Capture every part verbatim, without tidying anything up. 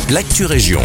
l'actu région.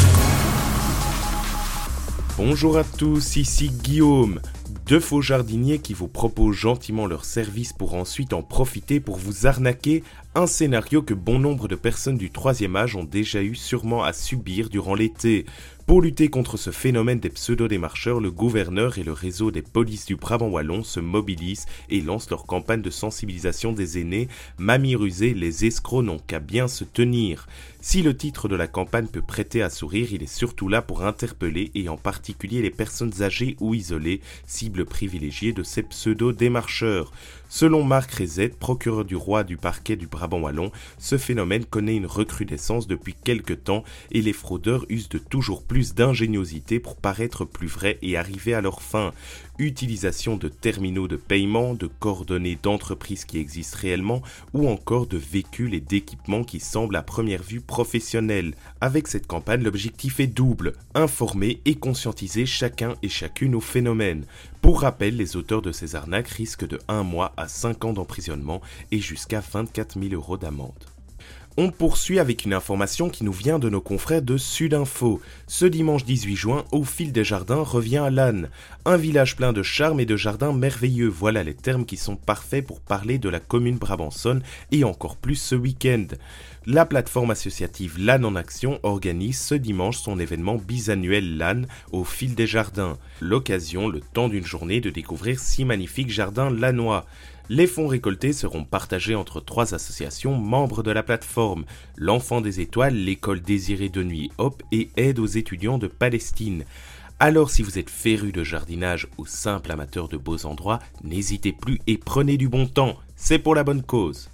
Bonjour à tous, ici Guillaume. Deux faux jardiniers qui vous proposent gentiment leur service pour ensuite en profiter pour vous arnaquer, un scénario que bon nombre de personnes du troisième âge ont déjà eu sûrement à subir durant l'été. Pour lutter contre ce phénomène des pseudo-démarcheurs, le gouverneur et le réseau des polices du Brabant wallon se mobilisent et lancent leur campagne de sensibilisation des aînés. Mamie rusée, les escrocs n'ont qu'à bien se tenir. Si le titre de la campagne peut prêter à sourire, il est surtout là pour interpeller et en particulier les personnes âgées ou isolées, cibles privilégiées de ces pseudo-démarcheurs. Selon Marc Rézet, procureur du roi du parquet du Brabant wallon, ce phénomène connaît une recrudescence depuis quelque temps et les fraudeurs usent de toujours plus d'ingéniosité pour paraître plus vrais et arriver à leur fin. Utilisation de terminaux de paiement, de coordonnées d'entreprises qui existent réellement ou encore de véhicules et d'équipements qui semblent à première vue professionnels. Avec cette campagne, l'objectif est double, informer et conscientiser chacun et chacune au phénomène. Pour rappel, les auteurs de ces arnaques risquent de un mois à cinq ans d'emprisonnement et jusqu'à vingt-quatre mille euros d'amende. On poursuit avec une information qui nous vient de nos confrères de Sudinfo. Ce dimanche dix-huit juin, Au Fil des Jardins revient à Lannes. Un village plein de charme et de jardins merveilleux. Voilà les termes qui sont parfaits pour parler de la commune brabançonne et encore plus ce week-end. La plateforme associative Lannes en Action organise ce dimanche son événement bisannuel Lannes Au Fil des Jardins. L'occasion, le temps d'une journée, de découvrir six magnifiques jardins lannois. Les fonds récoltés seront partagés entre trois associations membres de la plateforme, l'Enfant des Étoiles, l'École Désirée de Nuit Hop et Aide aux étudiants de Palestine. Alors si vous êtes féru de jardinage ou simple amateur de beaux endroits, n'hésitez plus et prenez du bon temps, c'est pour la bonne cause.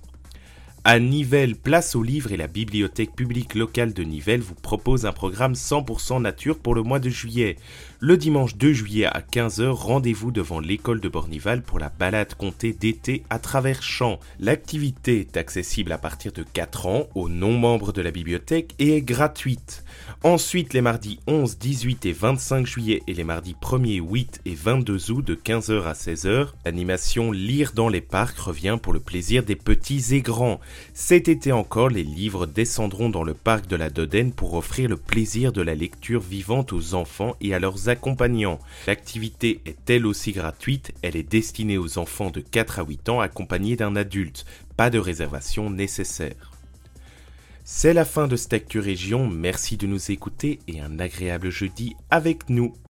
À Nivelles, Place aux Livres et la bibliothèque publique locale de Nivelles vous propose un programme cent pour cent nature pour le mois de juillet. Le dimanche deux juillet à quinze heures, rendez-vous devant l'école de Bornival pour la balade comptée d'été à travers champs. L'activité est accessible à partir de quatre ans aux non-membres de la bibliothèque et est gratuite. Ensuite, les mardis onze, dix-huit et vingt-cinq juillet et les mardis premier, huit et vingt-deux août de quinze heures à seize heures, l'animation Lire dans les parcs revient pour le plaisir des petits et grands. Cet été encore, les livres descendront dans le parc de la Dodène pour offrir le plaisir de la lecture vivante aux enfants et à leurs accompagnants. L'activité est elle aussi gratuite, elle est destinée aux enfants de quatre à huit ans accompagnés d'un adulte. Pas de réservation nécessaire. C'est la fin de cette Actu Région, merci de nous écouter et un agréable jeudi avec nous.